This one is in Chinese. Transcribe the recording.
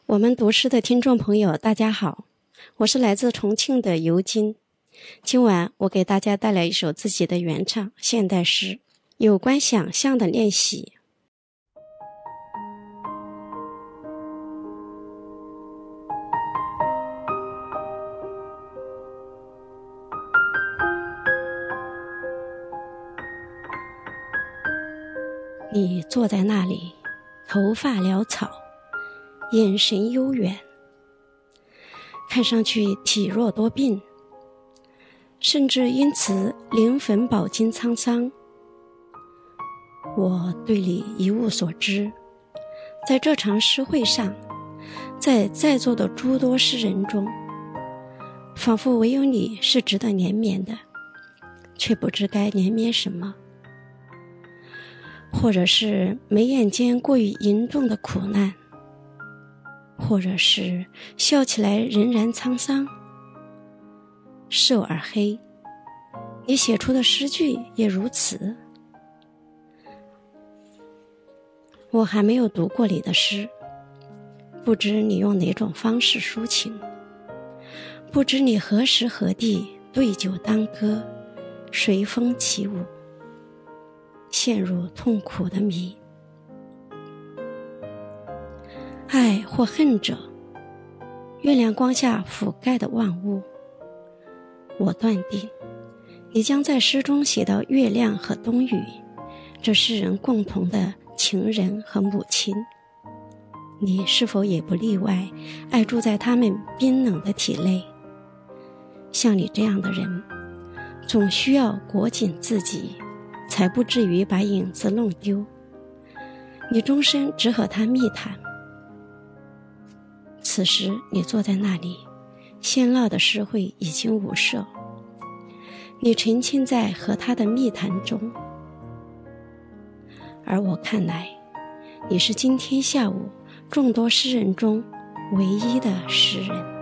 我们读诗的听众朋友大家好，我是来自重庆的尤金。今晚我给大家带来一首自己的原唱现代诗，有关想象的练习。你坐在那里，头发潦草，眼神悠远，看上去体弱多病，甚至因此灵魂饱经沧桑。我对你一无所知，在这场诗会上，在座的诸多诗人中，仿佛唯有你是值得怜悯的，却不知该怜悯什么。或者是眉眼间过于凝重的苦难，或者是笑起来仍然沧桑。瘦而黑，你写出的诗句也如此。我还没有读过你的诗，不知你用哪种方式抒情，不知你何时何地对酒当歌，随风起舞，陷入痛苦的谜。爱或恨者，月亮光下覆盖的万物。我断定，你将在诗中写到月亮和冬雨，这世人共同的情人和母亲。你是否也不例外，爱住在他们冰冷的体内？像你这样的人，总需要裹紧自己，才不至于把影子弄丢。你终身只和他密谈。此时你坐在那里，喧闹的诗会已经无色，你沉浸在和他的密谈中。而我看来，你是今天下午众多诗人中唯一的诗人。